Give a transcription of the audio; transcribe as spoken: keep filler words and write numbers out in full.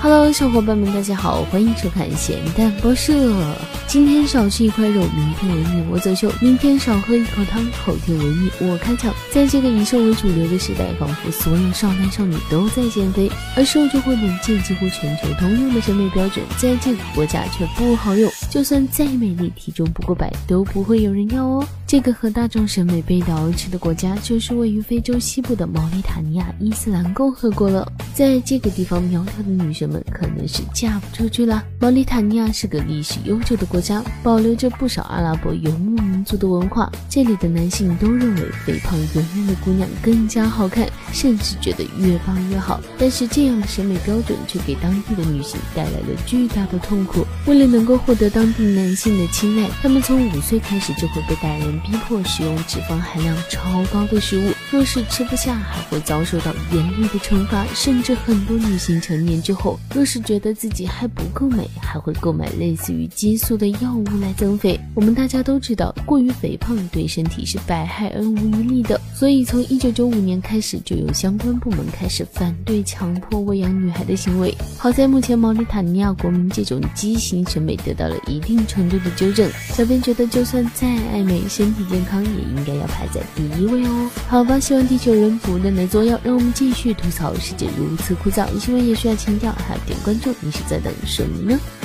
Hello， 小伙伴们，大家好，欢迎收看咸蛋报社。今天少吃一块肉，明天为你我走秀；明天少喝一口汤，后天为你我开窍。在这个以瘦为主流的时代，仿佛所有少男少女都在减肥，而瘦就会沦进几乎全球通用的审美标准，在这个国家却不好用，就算再美丽，体重不过百都不会有人要哦。这个和大众审美背道而驰的国家，就是位于非洲西部的毛里塔尼亚伊斯兰共和国了。在这个地方，苗条的女生们可能是嫁不出去了。毛里塔尼亚是个历史悠久的国家，保留着不少阿拉伯游牧民族的文化。这里的男性都认为肥胖圆润的姑娘更加好看，甚至觉得越胖越好。但是这样的审美标准却给当地的女性带来了巨大的痛苦。为了能够获得当地男性的青睐，她们从五岁开始就会被大人逼迫食用脂肪含量超高的食物，若是吃不下，还会遭受到严厉的惩罚。甚至很多女性成年之后，若是觉得自己还不够美，还会购买类似于激素的药物来增肥。我们大家都知道，过于肥胖对身体是百害而无一利的，所以从一九九五年开始，就有相关部门开始反对强迫喂养女孩的行为。好在目前毛里塔尼亚国民这种畸形审美得到了一定程度的纠正。小编觉得，就算再爱美，身体健康也应该要排在第一位哦。好吧，希望地球人不断的作妖，让我们继续吐槽世界如此枯燥。新闻也需要情调，还有点关注，你是在等什么呢？